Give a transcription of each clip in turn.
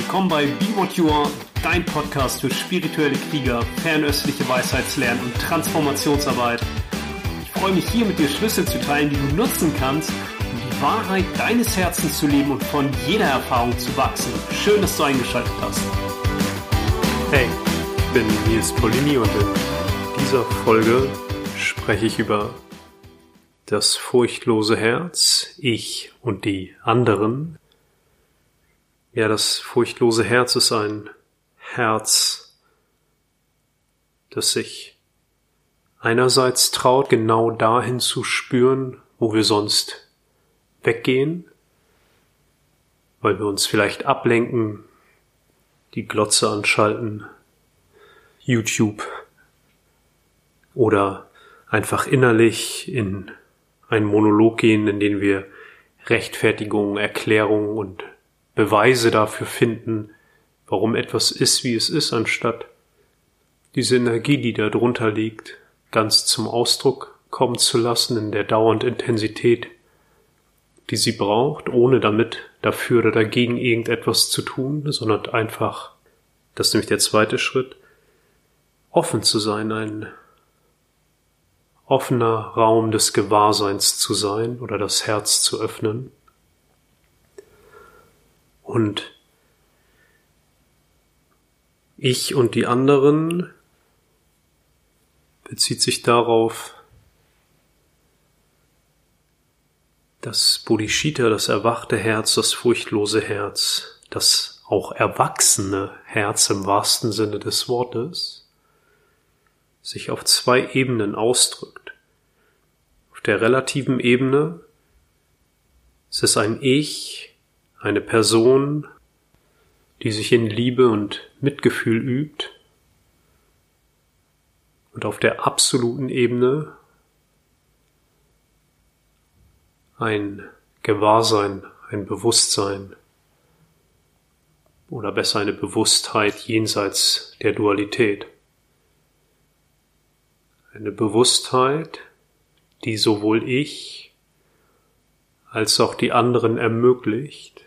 Willkommen bei Be What You Are, dein Podcast für spirituelle Krieger, fernöstliche Weisheitslernen und Transformationsarbeit. Ich freue mich hier mit dir Schlüssel zu teilen, die du nutzen kannst, um die Wahrheit deines Herzens zu leben und von jeder Erfahrung zu wachsen. Schön, dass du eingeschaltet hast. Hey, ich bin Nils Polini und in dieser Folge spreche ich über das furchtlose Herz, ich und die anderen. Ja, das furchtlose Herz ist ein Herz, das sich einerseits traut, genau dahin zu spüren, wo wir sonst weggehen, weil wir uns vielleicht ablenken, die Glotze anschalten, YouTube oder einfach innerlich in einen Monolog gehen, in den wir Rechtfertigungen, Erklärungen und Beweise dafür finden, warum etwas ist, wie es ist, anstatt diese Energie, die da drunter liegt, ganz zum Ausdruck kommen zu lassen in der dauernden Intensität, die sie braucht, ohne damit dafür oder dagegen irgendetwas zu tun, sondern einfach, das ist nämlich der zweite Schritt, offen zu sein, ein offener Raum des Gewahrseins zu sein oder das Herz zu öffnen. Und ich und die anderen bezieht sich darauf, das Bodhicitta, das erwachte Herz, das furchtlose Herz, das auch erwachsene Herz im wahrsten Sinne des Wortes, sich auf zwei Ebenen ausdrückt. Auf der relativen Ebene ist es ein Ich, eine Person, die sich in Liebe und Mitgefühl übt. Und auf der absoluten Ebene ein Gewahrsein, ein Bewusstsein oder besser eine Bewusstheit jenseits der Dualität. Eine Bewusstheit, die sowohl ich als auch die anderen ermöglicht,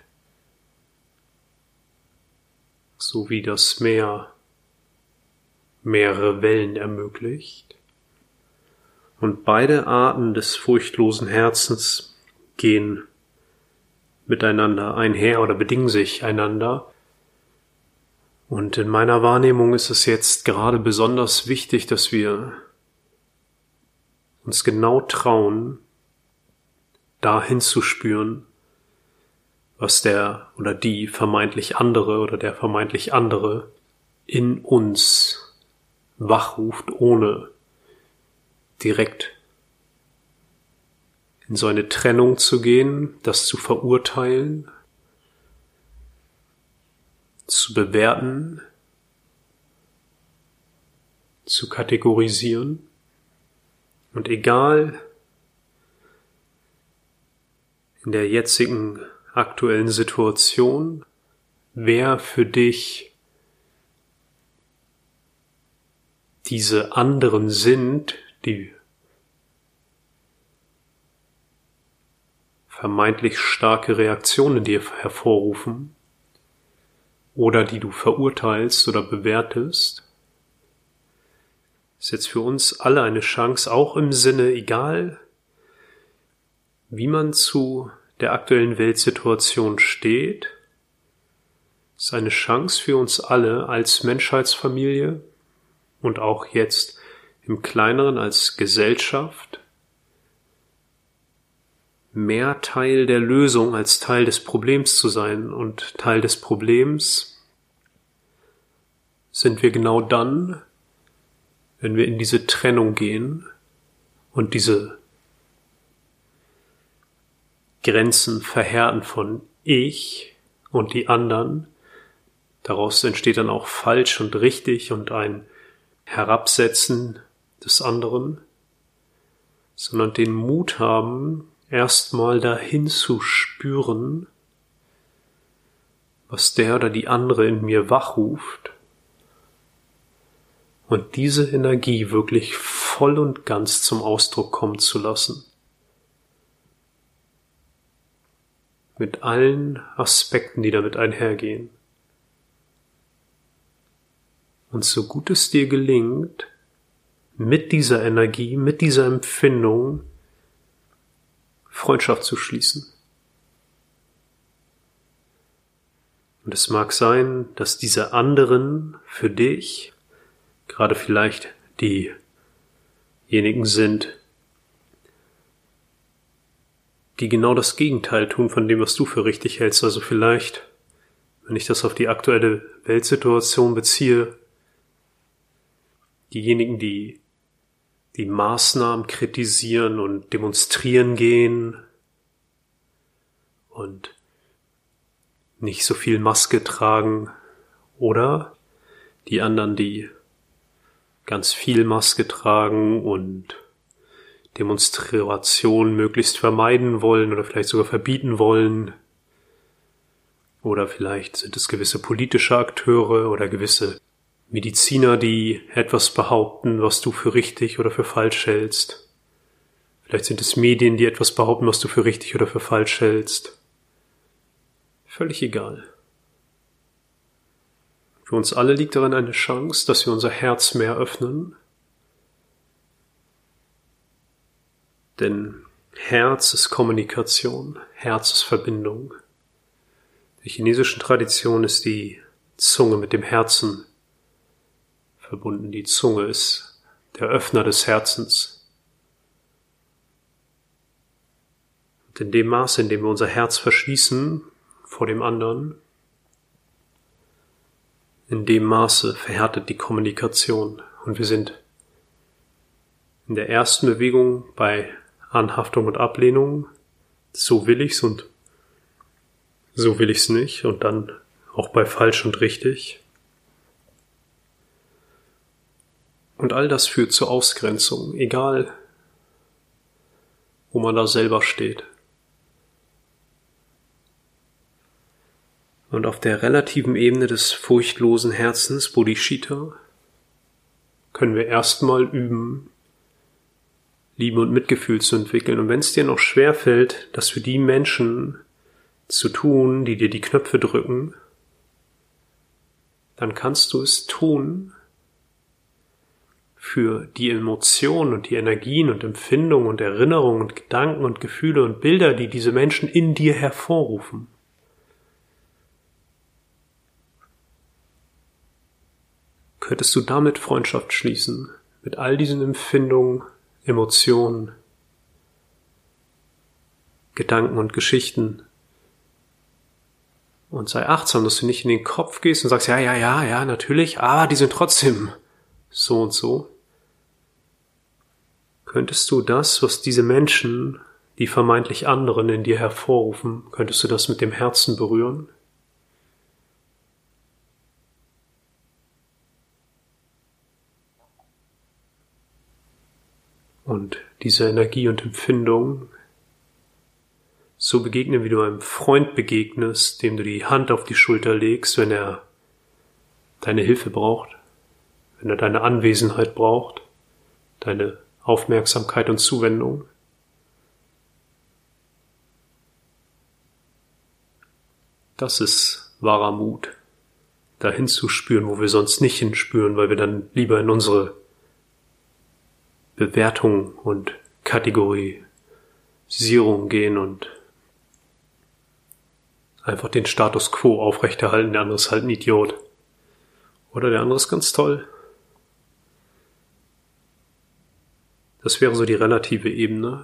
so wie das Meer mehrere Wellen ermöglicht. Und beide Arten des furchtlosen Herzens gehen miteinander einher oder bedingen sich einander. Und in meiner Wahrnehmung ist es jetzt gerade besonders wichtig, dass wir uns genau trauen, dahin zu spüren, was der oder die vermeintlich andere oder der vermeintlich andere in uns wachruft, ohne direkt in so eine Trennung zu gehen, das zu verurteilen, zu bewerten, zu kategorisieren. Und egal in der jetzigen aktuellen Situation, wer für dich diese anderen sind, die vermeintlich starke Reaktionen in dir hervorrufen oder die du verurteilst oder bewertest, ist jetzt für uns alle eine Chance, auch im Sinne, egal wie man zu der aktuellen Weltsituation steht, ist eine Chance für uns alle als Menschheitsfamilie und auch jetzt im Kleineren als Gesellschaft, mehr Teil der Lösung als Teil des Problems zu sein. Und Teil des Problems sind wir genau dann, wenn wir in diese Trennung gehen und diese Grenzen verhärten von ich und die anderen. Daraus entsteht dann auch falsch und richtig und ein Herabsetzen des anderen, sondern den Mut haben, erstmal dahin zu spüren, was der oder die andere in mir wachruft und diese Energie wirklich voll und ganz zum Ausdruck kommen zu lassen. Mit allen Aspekten, die damit einhergehen. Und so gut es dir gelingt, mit dieser Energie, mit dieser Empfindung Freundschaft zu schließen. Und es mag sein, dass diese anderen für dich, gerade vielleicht diejenigen sind, die genau das Gegenteil tun von dem, was du für richtig hältst. Also vielleicht, wenn ich das auf die aktuelle Weltsituation beziehe, diejenigen, die die Maßnahmen kritisieren und demonstrieren gehen und nicht so viel Maske tragen, oder die anderen, die ganz viel Maske tragen und Demonstrationen möglichst vermeiden wollen oder vielleicht sogar verbieten wollen. Oder vielleicht sind es gewisse politische Akteure oder gewisse Mediziner, die etwas behaupten, was du für richtig oder für falsch hältst. Vielleicht sind es Medien, die etwas behaupten, was du für richtig oder für falsch hältst. Völlig egal. Für uns alle liegt darin eine Chance, dass wir unser Herz mehr öffnen. Denn Herz ist Kommunikation, Herz ist Verbindung. In der chinesischen Tradition ist die Zunge mit dem Herzen verbunden. Die Zunge ist der Öffner des Herzens. Und in dem Maße, in dem wir unser Herz verschließen vor dem anderen, in dem Maße verhärtet die Kommunikation. Und wir sind in der ersten Bewegung bei Anhaftung und Ablehnung. So will ich's und so will ich's nicht. Und dann auch bei falsch und richtig. Und all das führt zur Ausgrenzung, egal wo man da selber steht. Und auf der relativen Ebene des furchtlosen Herzens, Bodhicitta, können wir erstmal üben, Liebe und Mitgefühl zu entwickeln. Und wenn es dir noch schwerfällt, das für die Menschen zu tun, die dir die Knöpfe drücken, dann kannst du es tun für die Emotionen und die Energien und Empfindungen und Erinnerungen und Gedanken und Gefühle und Bilder, die diese Menschen in dir hervorrufen. Könntest du damit Freundschaft schließen, mit all diesen Empfindungen, Emotionen, Gedanken und Geschichten. Und sei achtsam, dass du nicht in den Kopf gehst und sagst, ja, natürlich, aber die sind trotzdem so und so. Könntest du das, was diese Menschen, die vermeintlich anderen in dir hervorrufen, könntest du das mit dem Herzen berühren? Und diese Energie und Empfindung so begegnen, wie du einem Freund begegnest, dem du die Hand auf die Schulter legst, wenn er deine Hilfe braucht, wenn er deine Anwesenheit braucht, deine Aufmerksamkeit und Zuwendung. Das ist wahrer Mut, dahin zu spüren, wo wir sonst nicht hinspüren, weil wir dann lieber in unsere Bewertung und Kategorisierung gehen und einfach den Status quo aufrechterhalten, der andere ist halt ein Idiot. Oder der andere ist ganz toll. Das wäre so die relative Ebene.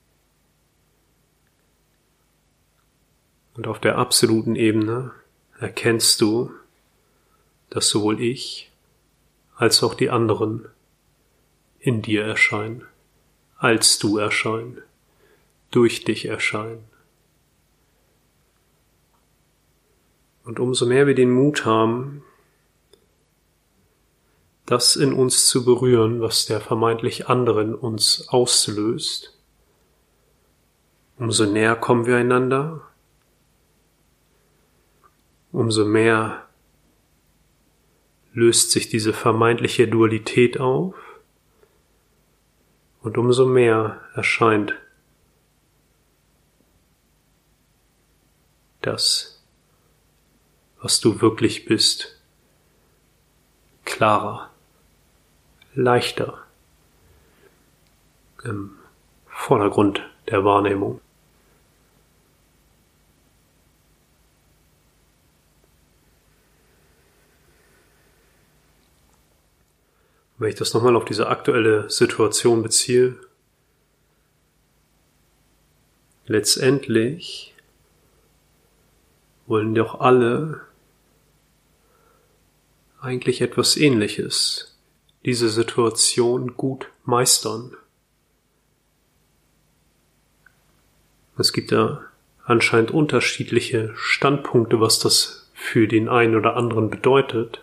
Und auf der absoluten Ebene erkennst du, dass sowohl ich als auch die anderen in dir erscheinen, als du erscheinen, durch dich erscheinen. Und umso mehr wir den Mut haben, das in uns zu berühren, was der vermeintlich andere in uns auslöst, umso näher kommen wir einander, umso mehr löst sich diese vermeintliche Dualität auf und umso mehr erscheint das, was du wirklich bist, klarer, leichter im Vordergrund der Wahrnehmung. Wenn ich das nochmal auf diese aktuelle Situation beziehe, letztendlich wollen doch alle eigentlich etwas Ähnliches, diese Situation gut meistern. Es gibt da anscheinend unterschiedliche Standpunkte, was das für den einen oder anderen bedeutet.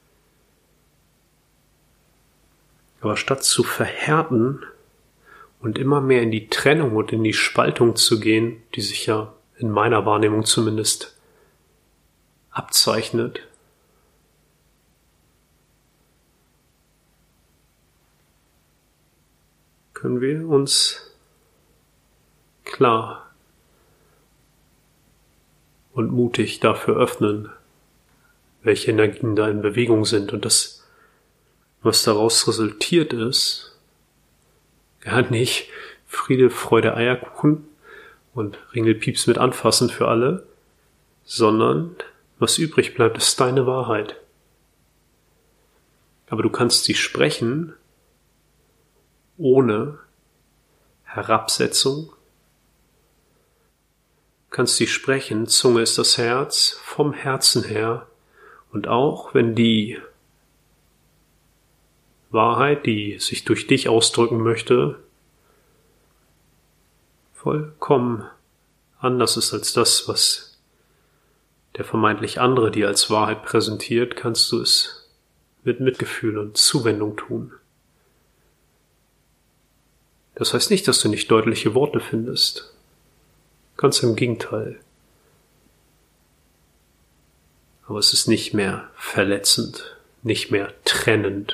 Aber statt zu verhärten und immer mehr in die Trennung und in die Spaltung zu gehen, die sich ja in meiner Wahrnehmung zumindest abzeichnet, können wir uns klar und mutig dafür öffnen, welche Energien da in Bewegung sind und das, was daraus resultiert ist, ja nicht Friede, Freude, Eierkuchen und Ringelpieps mit Anfassen für alle, sondern was übrig bleibt, ist deine Wahrheit. Aber du kannst sie sprechen ohne Herabsetzung. Du kannst sie sprechen, Zunge ist das Herz, vom Herzen her. Und auch wenn die Wahrheit, die sich durch dich ausdrücken möchte, vollkommen anders ist als das, was der vermeintlich andere dir als Wahrheit präsentiert, kannst du es mit Mitgefühl und Zuwendung tun. Das heißt nicht, dass du nicht deutliche Worte findest. Ganz im Gegenteil. Aber es ist nicht mehr verletzend, nicht mehr trennend.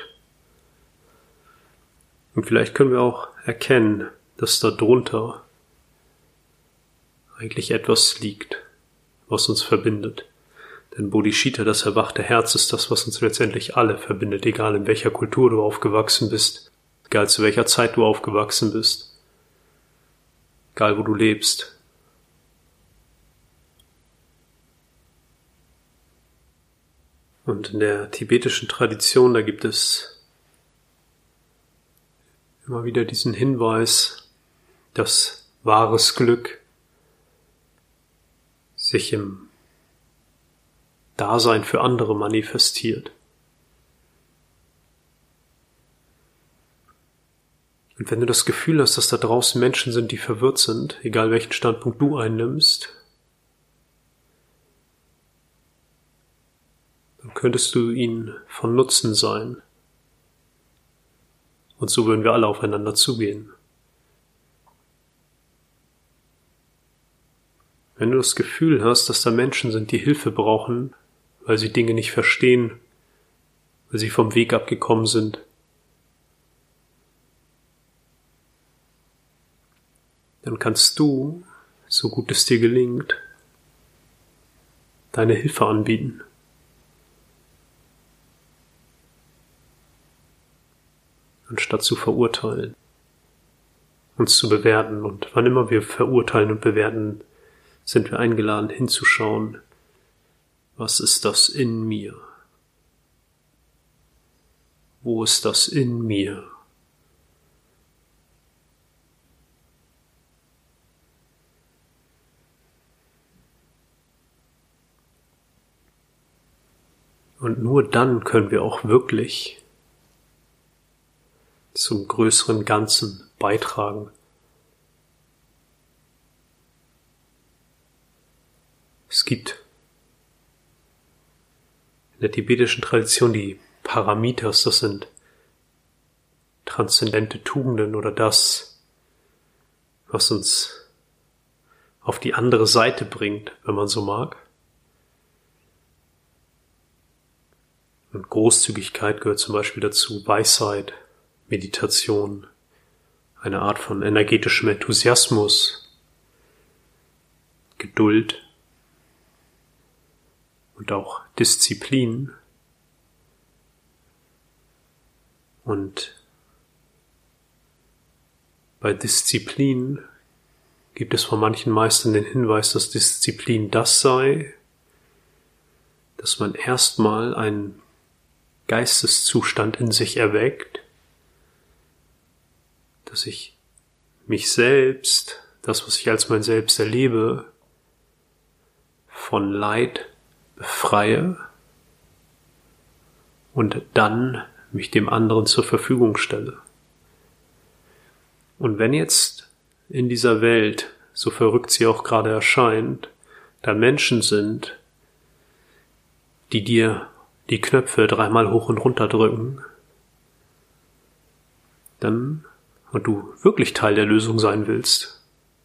Und vielleicht können wir auch erkennen, dass da drunter eigentlich etwas liegt, was uns verbindet. Denn Bodhicitta, das erwachte Herz, ist das, was uns letztendlich alle verbindet, egal in welcher Kultur du aufgewachsen bist, egal zu welcher Zeit du aufgewachsen bist, egal wo du lebst. Und in der tibetischen Tradition, da gibt es immer wieder diesen Hinweis, dass wahres Glück sich im Dasein für andere manifestiert. Und wenn du das Gefühl hast, dass da draußen Menschen sind, die verwirrt sind, egal welchen Standpunkt du einnimmst, dann könntest du ihnen von Nutzen sein. Und so würden wir alle aufeinander zugehen. Wenn du das Gefühl hast, dass da Menschen sind, die Hilfe brauchen, weil sie Dinge nicht verstehen, weil sie vom Weg abgekommen sind, dann kannst du, so gut es dir gelingt, deine Hilfe anbieten. Anstatt zu verurteilen, uns zu bewerten. Und wann immer wir verurteilen und bewerten, sind wir eingeladen hinzuschauen, was ist das in mir? Wo ist das in mir? Und nur dann können wir auch wirklich zum größeren Ganzen beitragen. Es gibt in der tibetischen Tradition die Paramitas, das sind transzendente Tugenden oder das, was uns auf die andere Seite bringt, wenn man so mag. Und Großzügigkeit gehört zum Beispiel dazu, Weisheit, Meditation, eine Art von energetischem Enthusiasmus, Geduld und auch Disziplin. Und bei Disziplin gibt es von manchen Meistern den Hinweis, dass Disziplin das sei, dass man erstmal einen Geisteszustand in sich erweckt, dass ich mich selbst, das, was ich als mein Selbst erlebe, von Leid befreie und dann mich dem anderen zur Verfügung stelle. Und wenn jetzt in dieser Welt, so verrückt sie auch gerade erscheint, da Menschen sind, die dir die Knöpfe 3-mal hoch und runter drücken, dann, und du wirklich Teil der Lösung sein willst,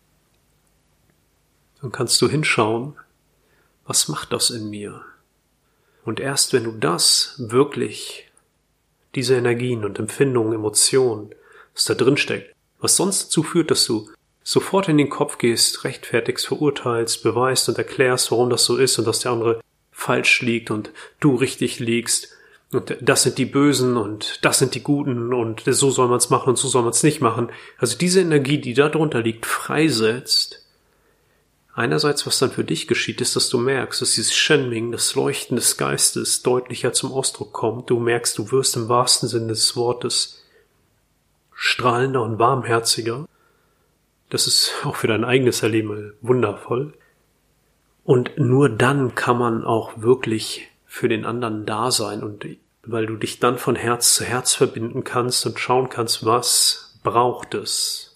dann kannst du hinschauen, was macht das in mir? Und erst wenn du das wirklich, diese Energien und Empfindungen, Emotionen, was da drin steckt, was sonst dazu führt, dass du sofort in den Kopf gehst, rechtfertigst, verurteilst, beweist und erklärst, warum das so ist und dass der andere falsch liegt und du richtig liegst und das sind die Bösen und das sind die Guten und so soll man es machen und so soll man es nicht machen. Also diese Energie, die da drunter liegt, freisetzt. Einerseits, was dann für dich geschieht, ist, dass du merkst, dass dieses Shenming, das Leuchten des Geistes, deutlicher zum Ausdruck kommt. Du merkst, du wirst im wahrsten Sinne des Wortes strahlender und warmherziger. Das ist auch für dein eigenes Erleben wundervoll. Und nur dann kann man auch wirklich für den anderen da sein und weil du dich dann von Herz zu Herz verbinden kannst und schauen kannst, was braucht es?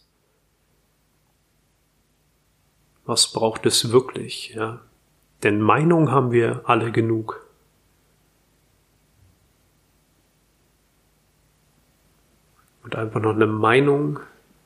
Was braucht es wirklich, ja? Denn Meinung haben wir alle genug. Und einfach noch eine Meinung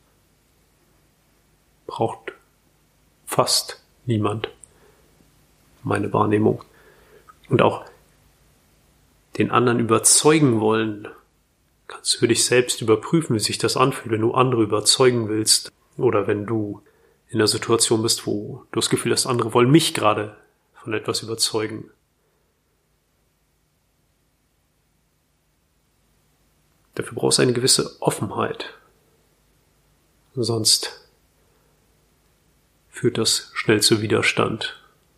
braucht fast niemand. Meine Wahrnehmung. Und auch den anderen überzeugen wollen, kannst du für dich selbst überprüfen, wie sich das anfühlt, wenn du andere überzeugen willst oder wenn du in einer Situation bist, wo du das Gefühl hast, andere wollen mich gerade von etwas überzeugen. Dafür brauchst du eine gewisse Offenheit. Sonst führt das schnell zu Widerstand.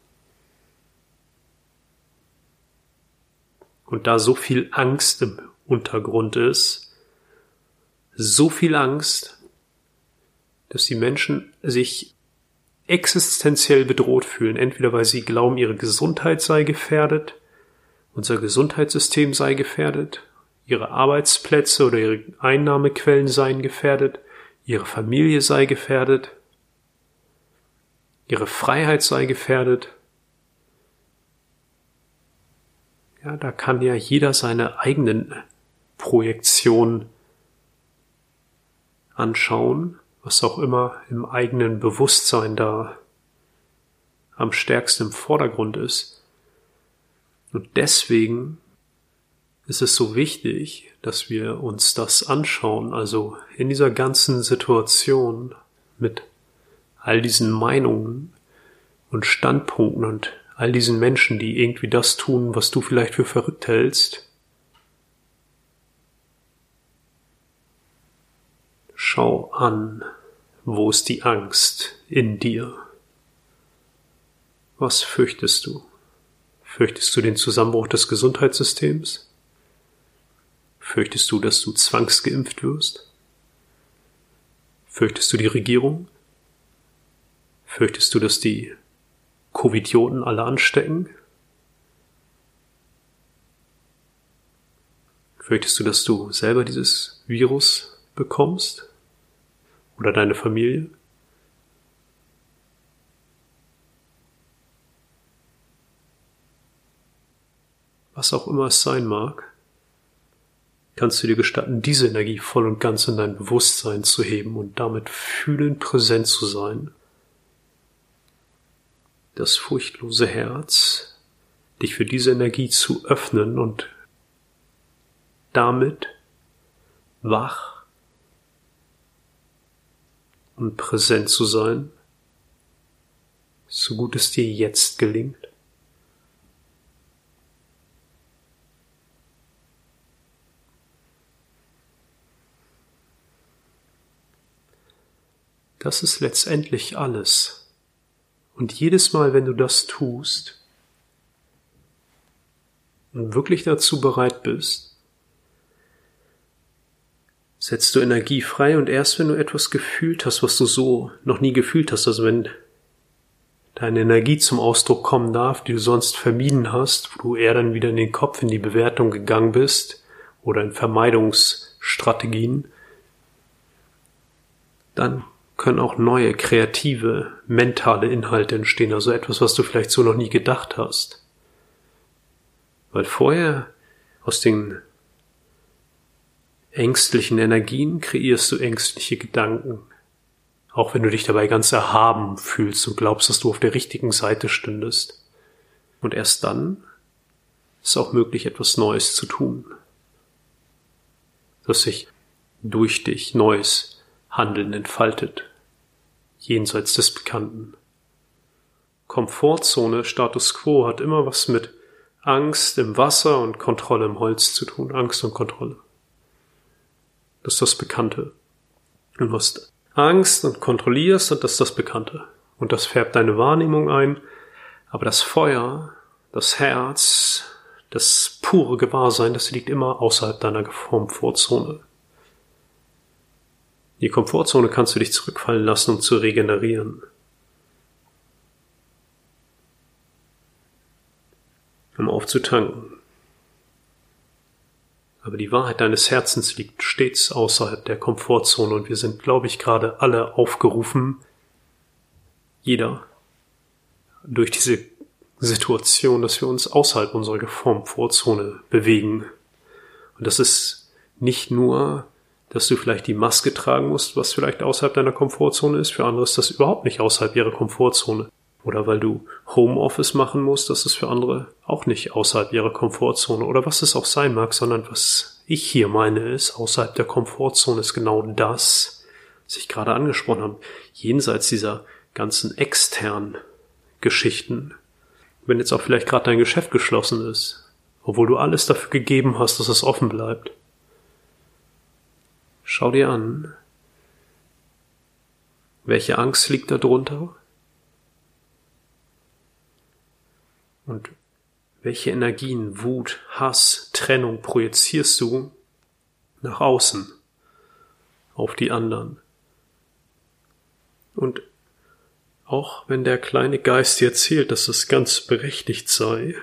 Und da so viel Angst im Untergrund ist, so viel Angst, dass die Menschen sich existenziell bedroht fühlen, entweder weil sie glauben, ihre Gesundheit sei gefährdet, unser Gesundheitssystem sei gefährdet, ihre Arbeitsplätze oder ihre Einnahmequellen seien gefährdet, ihre Familie sei gefährdet, ihre Freiheit sei gefährdet. Ja, da kann ja jeder seine eigenen Projektionen anschauen, was auch immer im eigenen Bewusstsein da am stärksten im Vordergrund ist. Und deswegen ist es so wichtig, dass wir uns das anschauen, also in dieser ganzen Situation mit all diesen Meinungen und Standpunkten und all diesen Menschen, die irgendwie das tun, was du vielleicht für verrückt hältst. Schau an, wo ist die Angst in dir? Was fürchtest du? Fürchtest du den Zusammenbruch des Gesundheitssystems? Fürchtest du, dass du zwangsgeimpft wirst? Fürchtest du die Regierung? Fürchtest du, dass die Covidioten alle anstecken? Fürchtest du, dass du selber dieses Virus bekommst? Oder deine Familie? Was auch immer es sein mag, kannst du dir gestatten, diese Energie voll und ganz in dein Bewusstsein zu heben und damit fühlend präsent zu sein. Das furchtlose Herz, dich für diese Energie zu öffnen und damit wach und präsent zu sein, so gut es dir jetzt gelingt. Das ist letztendlich alles. Und jedes Mal, wenn du das tust und wirklich dazu bereit bist, setzt du Energie frei und erst wenn du etwas gefühlt hast, was du so noch nie gefühlt hast, also wenn deine Energie zum Ausdruck kommen darf, die du sonst vermieden hast, wo du eher dann wieder in den Kopf, in die Bewertung gegangen bist oder in Vermeidungsstrategien, dann können auch neue, kreative, mentale Inhalte entstehen, also etwas, was du vielleicht so noch nie gedacht hast. Weil vorher aus den ängstlichen Energien kreierst du ängstliche Gedanken. Auch wenn du dich dabei ganz erhaben fühlst und glaubst, dass du auf der richtigen Seite stündest. Und erst dann ist auch möglich, etwas Neues zu tun. Dass sich durch dich neues Handeln entfaltet. Jenseits des Bekannten. Komfortzone, Status Quo hat immer was mit Angst im Wasser und Kontrolle im Holz zu tun. Angst und Kontrolle. Das ist das Bekannte. Du hast Angst und kontrollierst und das ist das Bekannte. Und das färbt deine Wahrnehmung ein. Aber das Feuer, das Herz, das pure Gewahrsein, das liegt immer außerhalb deiner Komfortzone. In die Komfortzone kannst du dich zurückfallen lassen, um zu regenerieren. Um aufzutanken. Aber die Wahrheit deines Herzens liegt stets außerhalb der Komfortzone und wir sind, glaube ich, gerade alle aufgerufen, jeder, durch diese Situation, dass wir uns außerhalb unserer Komfortzone bewegen. Und das ist nicht nur, dass du vielleicht die Maske tragen musst, was vielleicht außerhalb deiner Komfortzone ist, für andere ist das überhaupt nicht außerhalb ihrer Komfortzone. Oder weil du Homeoffice machen musst, das ist für andere auch nicht außerhalb ihrer Komfortzone. Oder was es auch sein mag, sondern was ich hier meine ist, außerhalb der Komfortzone ist genau das, was ich gerade angesprochen habe. Jenseits dieser ganzen externen Geschichten. Wenn jetzt auch vielleicht gerade dein Geschäft geschlossen ist, obwohl du alles dafür gegeben hast, dass es offen bleibt. Schau dir an, welche Angst liegt da drunter? Und welche Energien, Wut, Hass, Trennung projizierst du nach außen, auf die anderen? Und auch wenn der kleine Geist dir erzählt, dass es ganz berechtigt sei,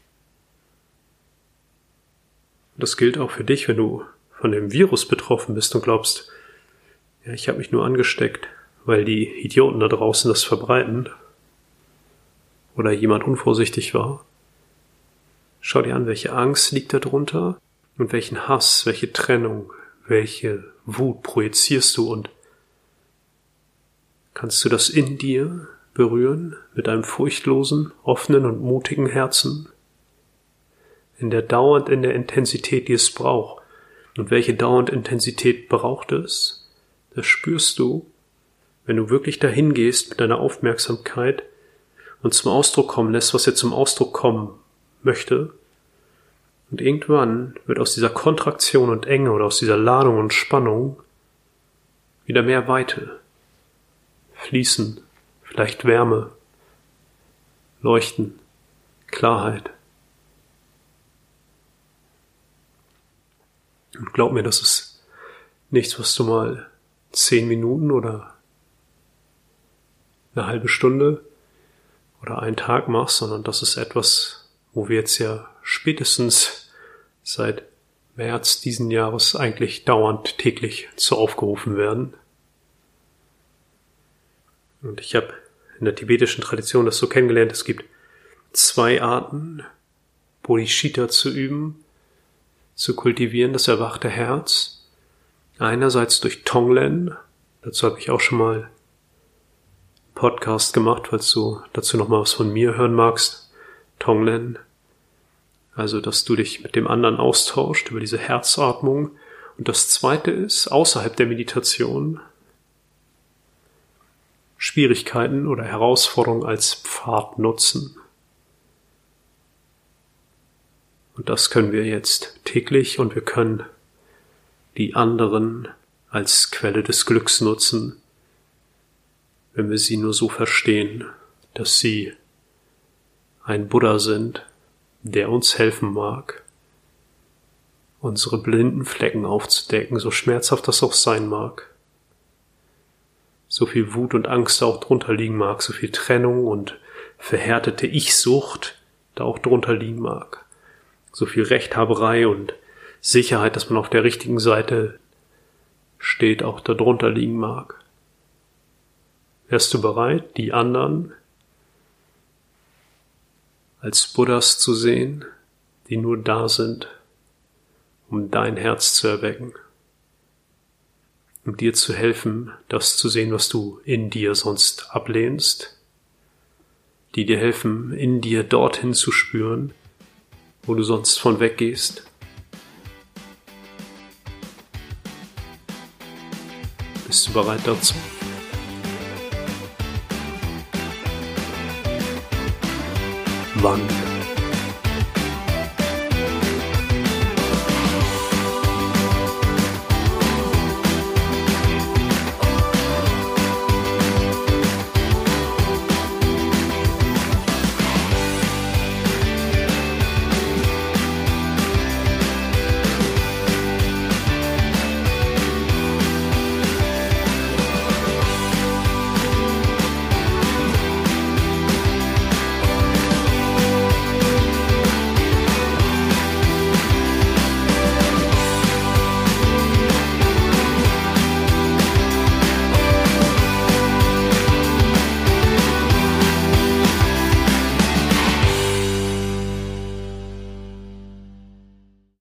das gilt auch für dich, wenn du von dem Virus betroffen bist und glaubst, ja, ich habe mich nur angesteckt, weil die Idioten da draußen das verbreiten, oder jemand unvorsichtig war. Schau dir an, welche Angst liegt da drunter und welchen Hass, welche Trennung, welche Wut projizierst du und kannst du das in dir berühren mit einem furchtlosen, offenen und mutigen Herzen? In der dauernd in der Intensität, die es braucht. Und welche dauernd Intensität braucht es? Das spürst du, wenn du wirklich dahin gehst mit deiner Aufmerksamkeit und zum Ausdruck kommen lässt, was er zum Ausdruck kommen möchte. Und irgendwann wird aus dieser Kontraktion und Enge oder aus dieser Ladung und Spannung wieder mehr Weite, Fließen, vielleicht Wärme, Leuchten, Klarheit. Und glaub mir, das ist nichts, was du mal 10 Minuten oder eine halbe Stunde oder einen Tag machst, sondern das ist etwas, wo wir jetzt ja spätestens seit März diesen Jahres eigentlich dauernd täglich zu aufgerufen werden. Und ich habe in der tibetischen Tradition das so kennengelernt, es gibt 2 Arten, Bodhicitta zu üben, zu kultivieren, das erwachte Herz. Einerseits durch Tonglen, dazu habe ich auch schon mal Podcast gemacht, falls du dazu noch mal was von mir hören magst. Tonglen, also dass du dich mit dem anderen austauscht über diese Herzatmung. Und das zweite ist, außerhalb der Meditation, Schwierigkeiten oder Herausforderungen als Pfad nutzen. Und das können wir jetzt täglich und wir können die anderen als Quelle des Glücks nutzen, wenn wir sie nur so verstehen, dass sie ein Buddha sind, der uns helfen mag, unsere blinden Flecken aufzudecken, so schmerzhaft das auch sein mag. So viel Wut und Angst da auch drunter liegen mag, so viel Trennung und verhärtete Ich-Sucht da auch drunter liegen mag. So viel Rechthaberei und Sicherheit, dass man auf der richtigen Seite steht, auch da drunter liegen mag. Wärst du bereit, die anderen als Buddhas zu sehen, die nur da sind, um dein Herz zu erwecken, um dir zu helfen, das zu sehen, was du in dir sonst ablehnst, die dir helfen, in dir dorthin zu spüren, wo du sonst von weggehst. Bist du bereit dazu? Wann?